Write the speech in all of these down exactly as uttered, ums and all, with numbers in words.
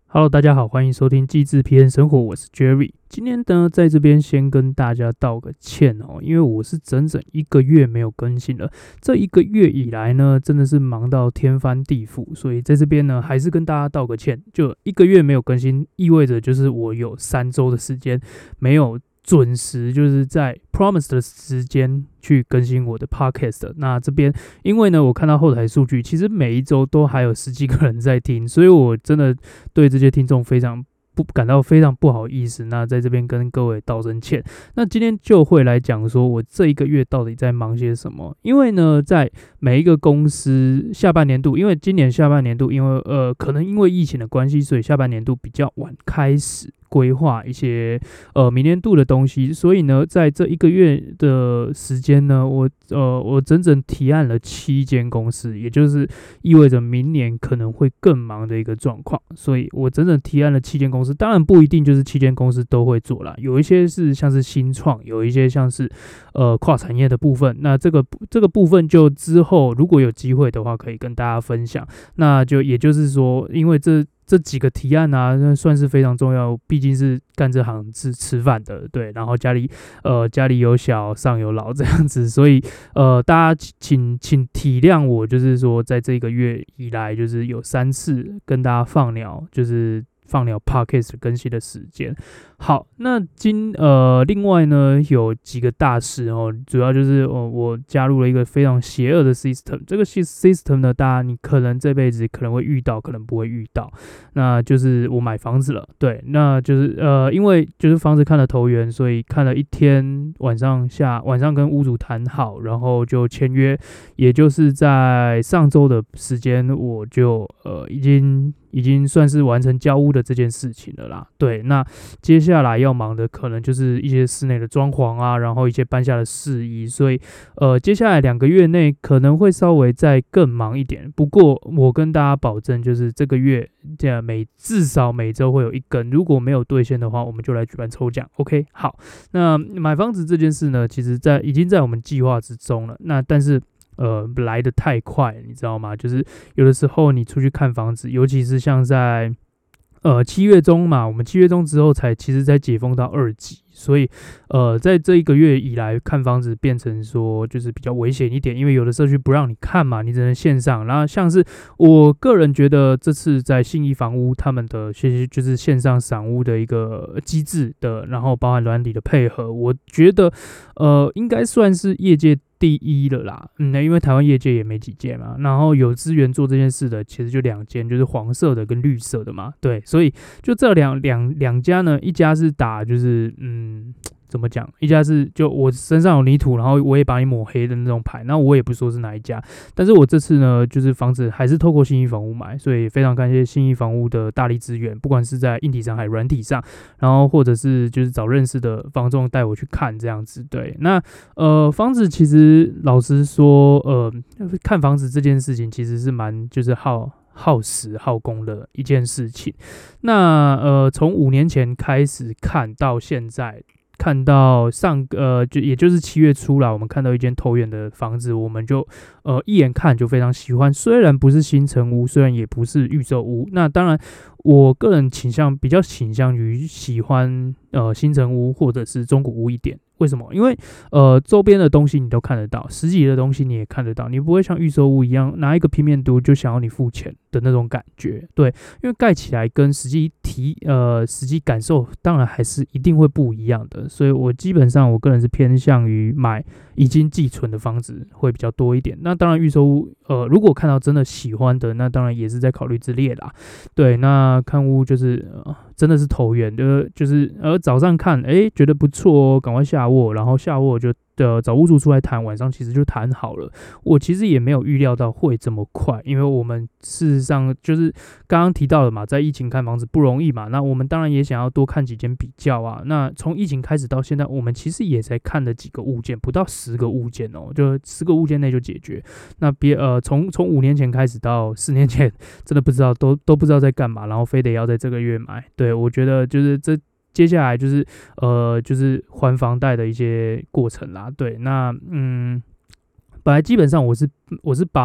Hello，大家好，欢迎收听机智 P N 生活，我是 Jerry。今天呢，在这边先跟大家道个歉哦，因为我是整整一个月没有更新了。这一个月以来呢，真的是忙到天翻地覆，所以在这边呢，还是跟大家道个歉。就一个月没有更新，意味着就是我有三周的时间没有准时，就是在 promise 的时间去更新我的 podcast。那这边因为呢，我看到后台数据，其实每一周都还有十几个人在听，所以我真的对这些听众非常不感到非常不好意思。那在这边跟各位道声歉。那今天就会来讲说我这一个月到底在忙些什么。因为呢，在每一个公司下半年度，因为今年下半年度，因为呃可能因为疫情的关系，所以下半年度比较晚开始规划一些呃明年度的东西，所以呢，在这一个月的时间呢，我呃我整整提案了七间公司，也就是意味着明年可能会更忙的一个状况。所以我整整提案了七间公司，当然不一定就是七间公司都会做啦，有一些是像是新创，有一些像是呃跨产业的部分。那这个这个部分就之后如果有机会的话，可以跟大家分享。那就也就是说，因为这这几个提案啊，算是非常重要，毕竟是干这行是吃饭的，对。然后家里呃家里有小，上有老这样子，所以呃大家请请体谅我，就是说在这个月以来，就是有三次跟大家放鸟，就是放鸟 podcast 更新的时间。好，那今呃，另外呢，有几个大事哦，主要就是哦，我加入了一个非常邪恶的 system。这个 system 呢，大家你可能这辈子可能会遇到，可能不会遇到。那就是我买房子了，对，那就是呃，因为就是房子看了投缘，所以看了一天晚上下晚上跟屋主谈好，然后就签约，也就是在上周的时间，我就呃已经已经算是完成交屋的这件事情了啦。对，那接下来要忙的可能就是一些室内的装潢啊，然后一些搬下的事宜，所以呃，接下来两个月内可能会稍微再更忙一点。不过我跟大家保证，就是这个月这样每至少每周会有一根，如果没有兑现的话，我们就来举办抽奖。OK， 好，那买房子这件事呢，其实在已经在我们计划之中了。那但是呃来得太快，你知道吗？就是有的时候你出去看房子，尤其是像在呃七月中嘛，我们七月中之后才其实才解封到二级，所以呃在这一个月以来看房子变成说就是比较危险一点，因为有的社区不让你看嘛，你只能线上。然后像是我个人觉得这次在信义房屋他们的其实就是线上赏屋的一个机制的，然后包含软体的配合，我觉得呃应该算是业界第一了啦。嗯，因为台湾业界也没几间嘛，然后有资源做这件事的其实就两间，就是黄色的跟绿色的嘛，对，所以就这两两两家呢，一家是打就是嗯。怎么讲？一家是就我身上有泥土，然后我也把你抹黑的那种牌，那我也不说是哪一家，但是我这次呢，就是房子还是透过信义房屋买，所以非常感谢信义房屋的大力支援，不管是在硬体上还是软体上，然后或者是就是找认识的房仲带我去看这样子。对，那呃房子其实老实说，呃看房子这件事情其实是蛮就是耗。耗时耗工的一件事情。那呃，从五年前开始看到现在，看到上呃，就也就是七月初啦，我们看到一间投缘的房子，我们就呃一眼看就非常喜欢。虽然不是新成屋，虽然也不是预售屋，那当然我个人倾向比较倾向于喜欢呃新成屋或者是中古屋一点。为什么？因为呃周边的东西你都看得到，实际的东西你也看得到，你不会像预售屋一样拿一个平面图就想要你付钱的那种感觉。对，因为盖起来跟实际提呃实际感受当然还是一定会不一样的，所以我基本上我个人是偏向于买已经寄存的房子会比较多一点。那当然预售屋呃如果看到真的喜欢的，那当然也是在考虑之列啦。对，那看屋就是、呃、真的是投缘的，就是呃早上看哎觉得不错哦，赶快下卧，然后下卧就呃找屋主出来谈，晚上其实就谈好了。我其实也没有预料到会这么快，因为我们事实上就是刚刚提到的嘛，在疫情看房子不容易嘛，那我们当然也想要多看几间比较啊。那从疫情开始到现在，我们其实也才看了几个物件，不到十个物件哦，就十个物件内就解决。那别呃从从五年前开始到四年前，真的不知道都都不知道在干嘛，然后非得要在这个月买。对，我觉得就是这。接下来就是呃，就是还房贷的一些过程啦。对，那嗯，本来基本上我是我是把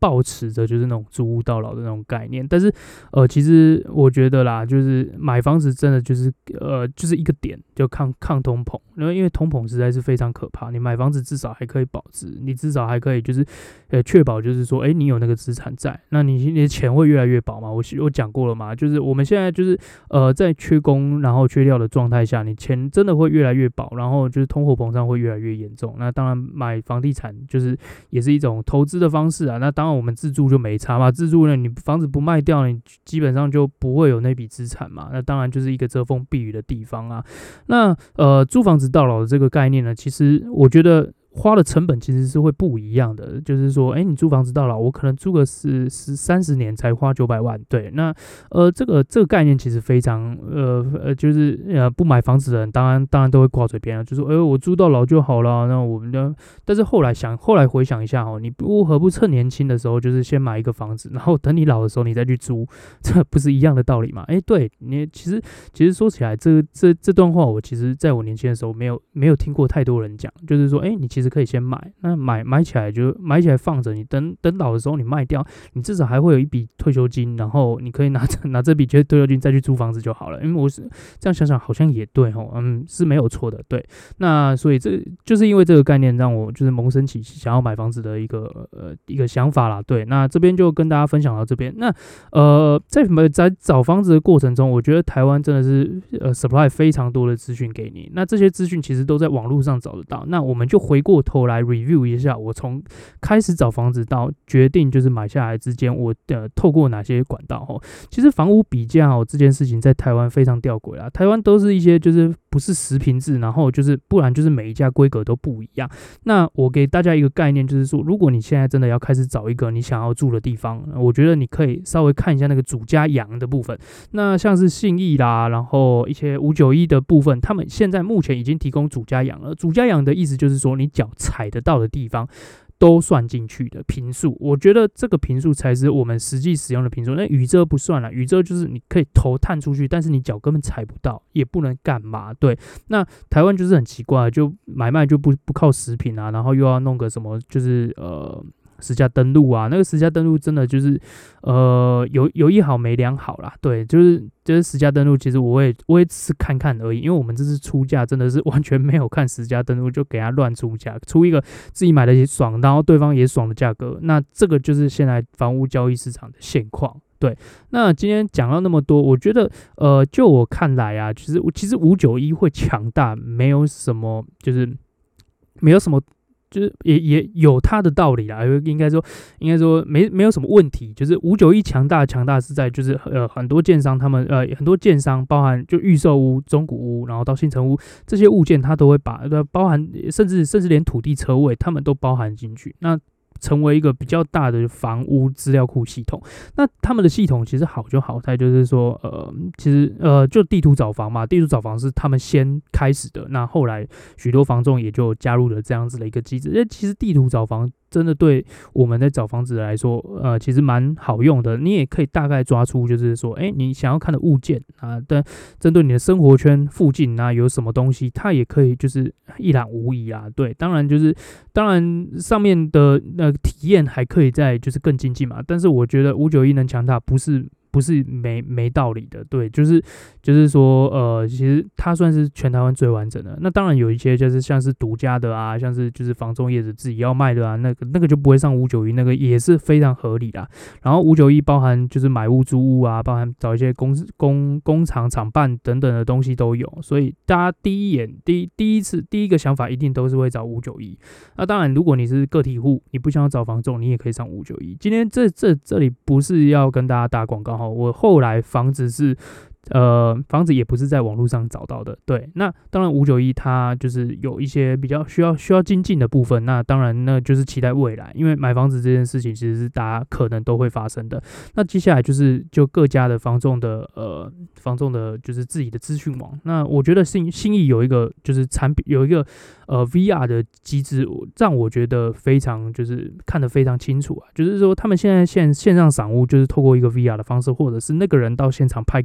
抱持着就是那种租屋到老的那种概念。但是呃，其实我觉得啦，就是买房子真的就是呃，就是一个点，就抗抗通膨，因为因为通膨实在是非常可怕。你买房子至少还可以保值，你至少还可以就是呃确保就是说，哎，你有那个资产在，那你你的钱会越来越薄嘛？我我讲过了嘛，就是我们现在就是呃在缺工然后缺料的状态下，你钱真的会越来越薄，然后就是通货膨胀会越来越严重。那当然买房地产就是也是一种投资的方式啊。那当然我们自住就没差嘛，自住呢你房子不卖掉，你基本上就不会有那笔资产嘛。那当然就是一个遮风避雨的地方啊。那呃租房子到老的这个概念呢，其实我觉得花的成本其实是会不一样的，就是说，哎，你租房子到老，我可能租个十十三十年才花九百万，对，那呃，这个这个概念其实非常呃呃，就是呃不买房子的人，当然当然都会挂嘴边啊，就说，哎，我租到老就好了，那我们的，但是后来想，后来回想一下哦，你不何不趁年轻的时候，就是先买一个房子，然后等你老的时候你再去租，这不是一样的道理吗？哎，对你其实其实说起来，这这这段话我其实在我年轻的时候没有没有听过太多人讲，就是说，哎，你其实。其实可以先买，那买买起来就买起来放着，你等等老的时候你卖掉，你至少还会有一笔退休金，然后你可以拿着拿这笔退休金再去租房子就好了。因为我是这样想想，好像也对哦，嗯，是没有错的，对。那所以这就是因为这个概念让我就是萌生起想要买房子的一个呃一个想法啦，对。那这边就跟大家分享到这边。那呃在在找房子的过程中，我觉得台湾真的是呃 supply 非常多的资讯给你，那这些资讯其实都在网络上找得到。那我们就回过过头来 review 一下，我从开始找房子到决定就是买下来之间，我的透过哪些管道哦。其实房屋比价哦这件事情在台湾非常吊诡啦，台湾都是一些就是不是实坪制，然后就是不然就是每一家规格都不一样。那我给大家一个概念，就是说，如果你现在真的要开始找一个你想要住的地方，我觉得你可以稍微看一下那个主家养的部分。那像是信义啦，然后一些五九一的部分，他们现在目前已经提供主家养了。主家养的意思就是说，你脚踩得到的地方都算进去的坪数，我觉得这个坪数才是我们实际使用的坪数。那雨遮不算了，雨遮就是你可以头探出去，但是你脚根本踩不到，也不能干嘛。对，那台湾就是很奇怪，就买卖就不不靠实坪啊，然后又要弄个什么，就是呃。实价登录啊，那个实价登录真的就是，呃，有有一好没两好啦。对，就是就是实价登录，其实我也我也只是看看而已，因为我们这次出价真的是完全没有看实价登录，就给他乱出价，出一个自己买的也爽，然后对方也爽的价格。那这个就是现在房屋交易市场的现况。对，那今天讲到那么多，我觉得，呃，就我看来啊，其实其实五九一会强大，没有什么，就是没有什么。就是也也有它的道理啦，应该说应该说没没有什么问题。就是五九一强大强大是在就是呃很多建商他们呃很多建商包含就预售屋、中古屋，然后到新成屋这些物件，它都会把呃包含甚至甚至连土地车位他们都包含进去。那成为一个比较大的房屋资料库系统。那他们的系统其实好就好在就是说，呃，其实呃，就地图找房嘛，地图找房是他们先开始的，那后来许多房仲也就加入了这样子的一个机制。因为其实地图找房真的对我们在找房子来说，呃，其实蛮好用的。你也可以大概抓出，就是说，哎，你想要看的物件啊，但针对你的生活圈附近啊有什么东西，它也可以就是一览无遗啊。对，当然就是当然上面的那个体验还可以再就是更精进嘛。但是我觉得五九一能强大不是。不是没没道理的，对，就是就是说，呃，其实它算是全台湾最完整的。那当然有一些就是像是独家的啊，像是就是房仲业者自己要卖的啊，那个那个就不会上五九一，那个也是非常合理啦。然后五九一包含就是买屋租屋啊，包含找一些公工工厂厂办等等的东西都有，所以大家第一眼第第一次第一个想法一定都是会找五九一。那当然，如果你是个体户，你不想要找房仲，你也可以上五九一。今天这这这里不是要跟大家打广告。我后来房子是，呃，房子也不是在网络上找到的，对。那当然五九一它就是有一些比较需要需要精进的部分，那当然那就是期待未来，因为买房子这件事情其实是大家可能都会发生的。那接下来就是就各家的房仲的呃房仲的就是自己的资讯网。那我觉得新新义有一个就是产品有一个呃 V R 的机制，让我觉得非常就是看得非常清楚啊，就是说他们现在线线上赏屋就是透过一个 V R 的方式，或者是那个人到现场拍给你看。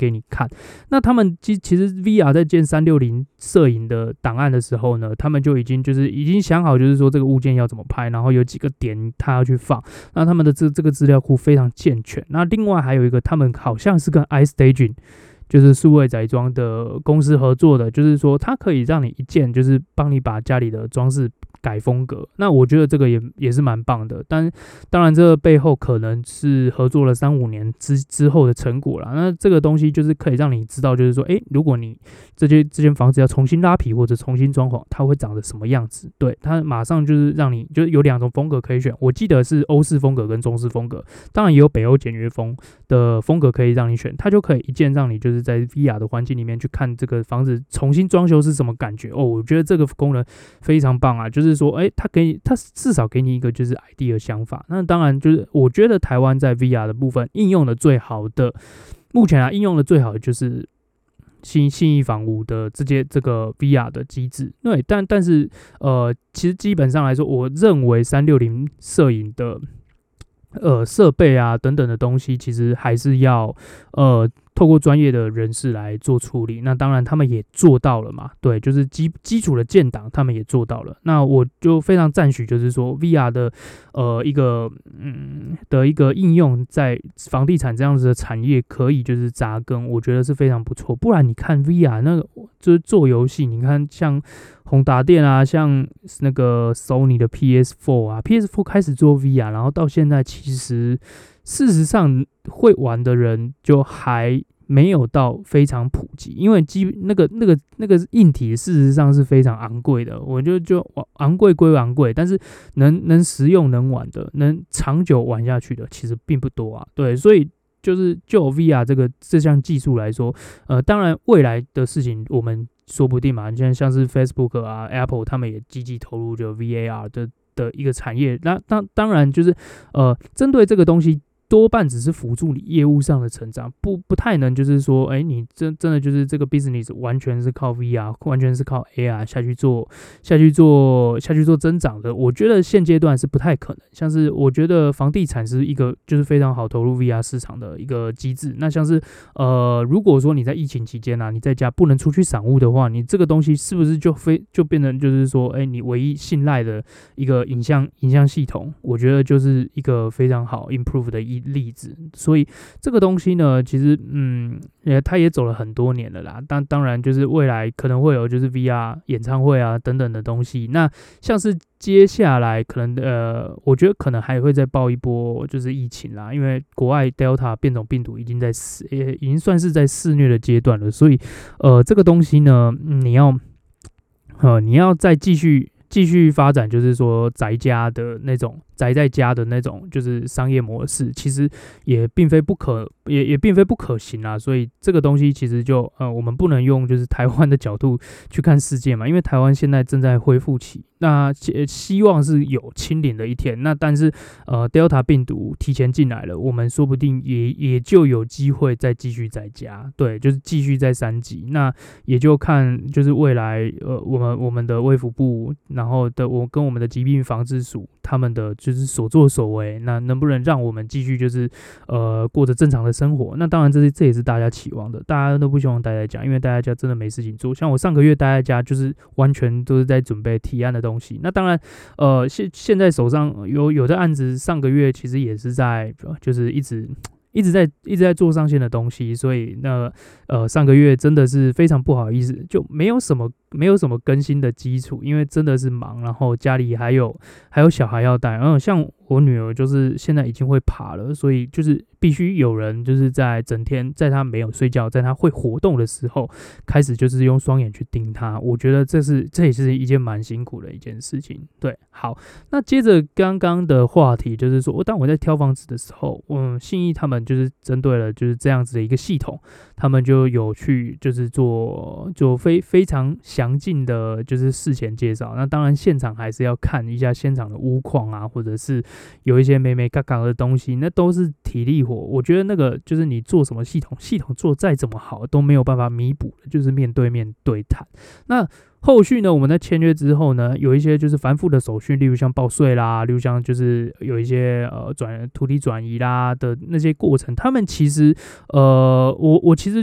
看。那他们其其实 V R 在建三六零摄影的档案的时候呢，他们就已经就是已经想好，就是说这个物件要怎么拍，然后有几个点他要去放。那他们的这这个资料库非常健全。那另外还有一个，他们好像是跟 iStaging。就是数位载装的公司合作的，就是说它可以让你一键就是帮你把家里的装饰改风格。那我觉得这个也也是蛮棒的，但当然这个背后可能是合作了三五年之之后的成果啦。那这个东西就是可以让你知道，就是说，哎，如果你这间这间房子要重新拉皮或者重新装潢，它会长得什么样子？对，它马上就是让你就是有两种风格可以选。我记得是欧式风格跟中式风格，当然也有北欧简约风的风格可以让你选，它就可以一键让你就是在 V R 的环境里面去看这个房子重新装修是什么感觉哦。我觉得这个功能非常棒啊，就是说，哎，它给你，它至少给你一个就是 idea 的想法。那当然就是我觉得台湾在 V R 的部分应用的最好的，目前啊应用的最好的就是信信义房屋的这些这个 V R 的机制。对，但但是呃，其实基本上来说，我认为三六零摄影的呃设备啊等等的东西，其实还是要呃透过专业的人士来做处理。那当然他们也做到了嘛，对，就是基基础的建档他们也做到了。那我就非常赞许，就是说 V R 的呃一个嗯的一个应用在房地产这样子的产业可以就是扎根，我觉得是非常不错。不然你看 V R 那个就是做游戏，你看像宏达电啊，像那个 Sony 的 P S 四 啊 ，P S 四 开始做 V R， 然后到现在其实事实上会玩的人就还没有到非常普及，因为基那个那个那个硬体事实上是非常昂贵的。我就就昂贵归昂贵，但是能能实用能玩的，能长久玩下去的，其实并不多啊。对，所以。就是就 V R 这个这项技术来说，呃，当然未来的事情我们说不定嘛。现在像是 Facebook 啊、Apple 他们也积极投入就 V A R 的的一个产业。那当当然就是呃，针对这个东西。多半只是辅助你业务上的成长，不不太能就是说，哎，你真真的就是这个 business 完全是靠 V R， 完全是靠 A R 下去做下去做下去做增长的。我觉得现阶段是不太可能。像是我觉得房地产是一个就是非常好投入 V R 市场的一个机制。那像是呃，如果说你在疫情期间啊，你在家不能出去赏物的话，你这个东西是不是就非就变成就是说，哎，你唯一信赖的一个影像影像系统？我觉得就是一个非常好 improve 的一例子。所以这个东西呢，其实嗯，它也走了很多年了啦。但当然就是未来可能会有就是 V R 演唱会啊等等的东西。那像是接下来可能呃，我觉得可能还会再爆一波就是疫情啦，因为国外 Delta 变种病毒已经在肆已经算是在肆虐的阶段了。所以呃，这个东西呢，嗯、你要呃你要再继续。继续发展，就是说宅家的那种宅在家的那种，就是商业模式，其实也并非不可，也也并非不可行啦。所以这个东西其实就呃，我们不能用就是台湾的角度去看世界嘛，因为台湾现在正在恢复期，那希望是有清零的一天。那但是呃，Delta 病毒提前进来了，我们说不定也也就有机会再继续在家，对，就是继续在三级。那也就看就是未来呃，我们我们的卫福部。然后的我跟我们的疾病防治署他们的就是所作所为，那能不能让我们继续就是呃过着正常的生活？那当然这是这也是大家期望的，大家都不希望待在家，因为待在家真的没事情做。像我上个月待在家，就是完全都是在准备提案的东西。那当然呃现现在手上有有的案子，上个月其实也是在就是一直。一直在一直在做上线的东西，所以那呃上个月真的是非常不好意思，就没有什么没有什么更新的基础，因为真的是忙，然后家里还有还有小孩要带，然后像我女儿就是现在已经会爬了，所以就是必须有人就是在整天在她没有睡觉，在她会活动的时候，开始就是用双眼去盯她。我觉得这是这也是一件蛮辛苦的一件事情。对，好，那接着刚刚的话题就是说，当我在挑房子的时候，嗯，信义他们就是针对了就是这样子的一个系统，他们就有去就是做就非非常详尽的就是事前介绍。那当然现场还是要看一下现场的屋况啊，或者是有一些眉眉角角的东西，那都是体力活。我觉得那个就是你做什么系统，系统做再怎么好都没有办法弥补的，就是面对面对谈。那后续呢，我们在签约之后呢，有一些就是繁复的手续，例如像报税啦，例如像就是有一些呃转土地转移啦的那些过程，他们其实呃，我我其实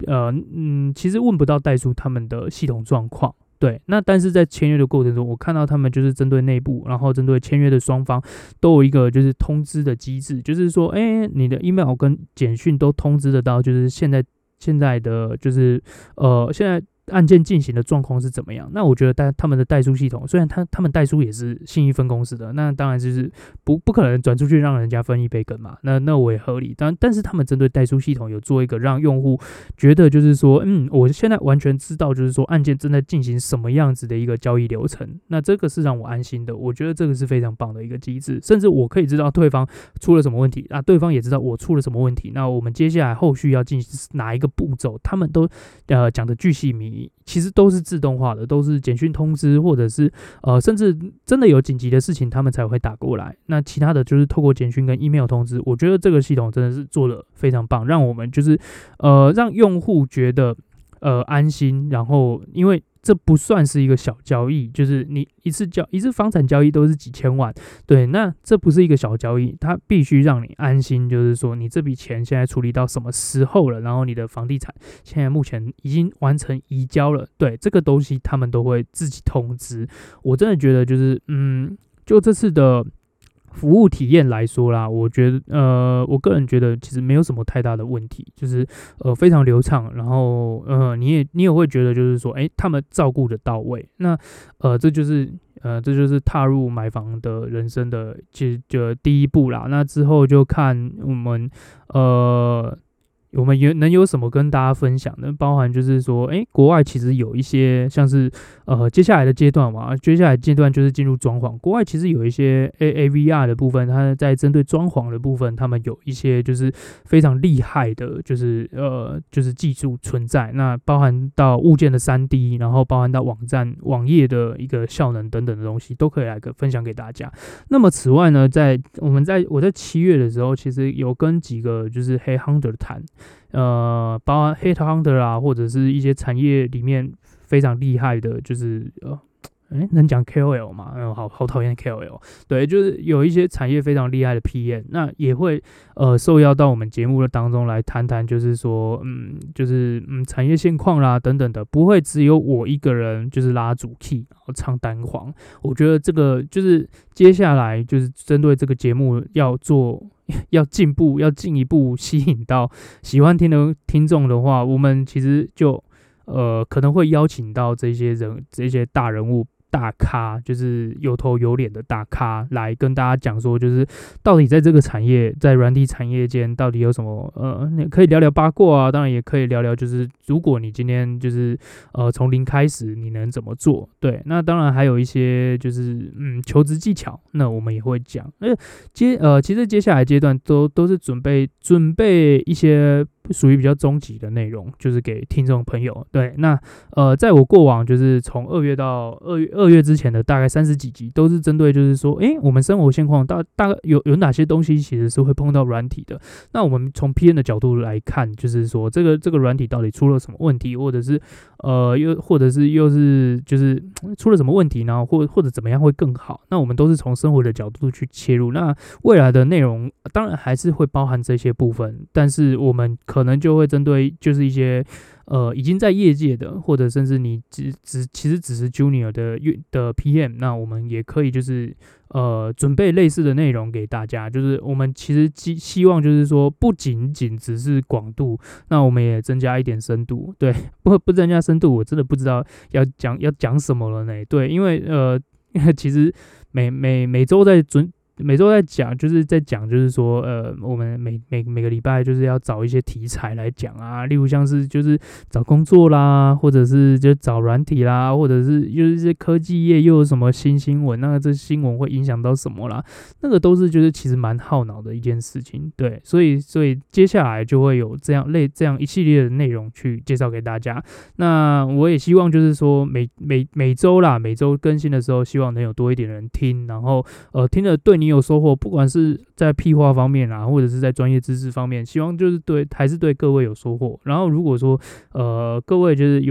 呃嗯，其实问不到代书他们的系统状况。对，那但是在签约的过程中，我看到他们就是针对内部，然后针对签约的双方，都有一个就是通知的机制，就是说，哎，你的 email 跟简讯都通知得到，就是现在现在的就是呃现在案件进行的状况是怎么样？那我觉得代他们的代书系统，虽然他他们代书也是信义分公司的，那当然就是不不可能转出去让人家分一杯羹嘛，那那我也合理。但但是他们针对代书系统有做一个让用户觉得就是说，嗯，我现在完全知道就是说案件正在进行什么样子的一个交易流程，那这个是让我安心的。我觉得这个是非常棒的一个机制，甚至我可以知道对方出了什么问题，那对方也知道我出了什么问题，那我们接下来后续要进行哪一个步骤，他们都呃讲的巨细靡遗。其实都是自动化的，都是简讯通知，或者是呃，甚至真的有紧急的事情，他们才会打过来。那其他的就是透过简讯跟 email 通知。我觉得这个系统真的是做得非常棒，让我们就是呃，让用户觉得呃安心。然后，因为这不算是一个小交易，就是你一次交一次房产交易都是几千万，对，那这不是一个小交易，它必须让你安心，就是说你这笔钱现在处理到什么时候了，然后你的房地产现在目前已经完成移交了，对，这个东西他们都会自己通知。我真的觉得就是，嗯，就这次的服务体验来说啦，我觉得呃，我个人觉得其实没有什么太大的问题，就是呃非常流畅，然后呃你也你也会觉得就是说，哎，他们照顾的到位，那呃这就是呃这就是踏入买房的人生的其实就第一步啦，那之后就看我们呃。我们有能有什么跟大家分享呢？包含就是说，哎，国外其实有一些像是呃接下来的阶段嘛，接下来的阶段就是进入装潢。国外其实有一些 A A V R 的部分，它在针对装潢的部分，他们有一些就是非常厉害的，就是呃就是技术存在。那包含到物件的 三 D， 然后包含到网站网页的一个效能等等的东西，都可以来个分享给大家。那么此外呢，在我们在我在七月的时候，其实有跟几个就是黑 hunter 谈。呃，包含 Headhunter 啊，或者是一些产业里面非常厉害的，就是呃，哎，能讲 K O L 吗？嗯，好好讨厌 K O L。对，就是有一些产业非常厉害的 P M， 那也会呃受邀到我们节目的当中来谈谈，就是说，嗯，就是嗯产业现况啦等等的，不会只有我一个人就是拉主 key， 然后唱单簧。我觉得这个就是接下来就是针对这个节目要做。要进步，要进一步吸引到喜欢听的听众的话，我们其实就呃可能会邀请到这些人、这些大人物、大咖，就是有头有脸的大咖，来跟大家讲说，就是到底在这个产业，在软体产业间，到底有什么呃，可以聊聊八卦啊，当然也可以聊聊，就是如果你今天就是呃从零开始，你能怎么做？对，那当然还有一些就是嗯求职技巧，那我们也会讲。而接呃，其实接下来阶段都都是准备准备一些属于比较终极的内容，就是给听众朋友。对，那呃，在我过往就是从二月到二月二月之前的大概三十几集，都是针对就是说，诶，我们生活现况大大概有有哪些东西其实是会碰到软体的。那我们从 P M 的角度来看，就是说这个这个软体到底出了什么问题，或者是呃又或者是又是就是出了什么问题，然后或或者怎么样会更好。那我们都是从生活的角度去切入。那未来的内容当然还是会包含这些部分，但是我们可能就会针对就是一些呃已经在业界的，或者甚至你只只其实只是 Junior 的的 P M， 那我们也可以就是呃准备类似的内容给大家。就是我们其实希希望就是说不仅仅只是广度，那我们也增加一点深度。对，不不增加深度，我真的不知道要讲要讲什么了呢？对，因为呃其实每每每周在准。每周在讲，就是在讲，就是说，呃，我们每每每个礼拜就是要找一些题材来讲啊，例如像是就是找工作啦，或者是就找软体啦，或者是又是一些科技业又有什么新新闻，那这新闻会影响到什么啦？那个都是就是其实蛮耗脑的一件事情，对，所以所以接下来就会有这样类这样一系列的内容去介绍给大家。那我也希望就是说每每每周啦，每周更新的时候，希望能有多一点人听，然后呃听了对你有收获，不管是在屁话方面啦，或者是在专业知识方面，希望就是对还是对各位有收获。然后如果说呃各位就是有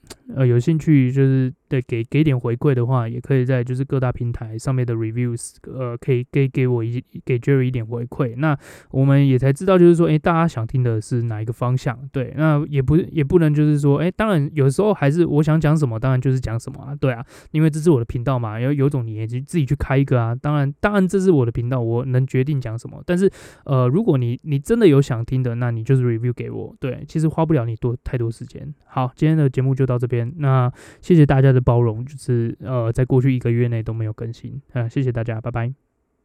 呃有兴趣，就是对给给点回馈的话，也可以在就是各大平台上面的 reviews，呃，可以给给我一给 Jerry 一点回馈。那我们也才知道，就是说，哎、欸，大家想听的是哪一个方向？对，那也不也不能就是说，哎、欸，当然有时候还是我想讲什么，当然就是讲什么啊，对啊，因为这是我的频道嘛，有有种你也自己去开一个啊。当然，当然这是我的频道，我能决定讲什么。但是，呃，如果你你真的有想听的，那你就是 review 给我。对，其实花不了你多太多时间。好，今天的节目就到这边。那谢谢大家的包容，就是呃，在过去一个月内都没有更新啊、呃，谢谢大家，拜拜。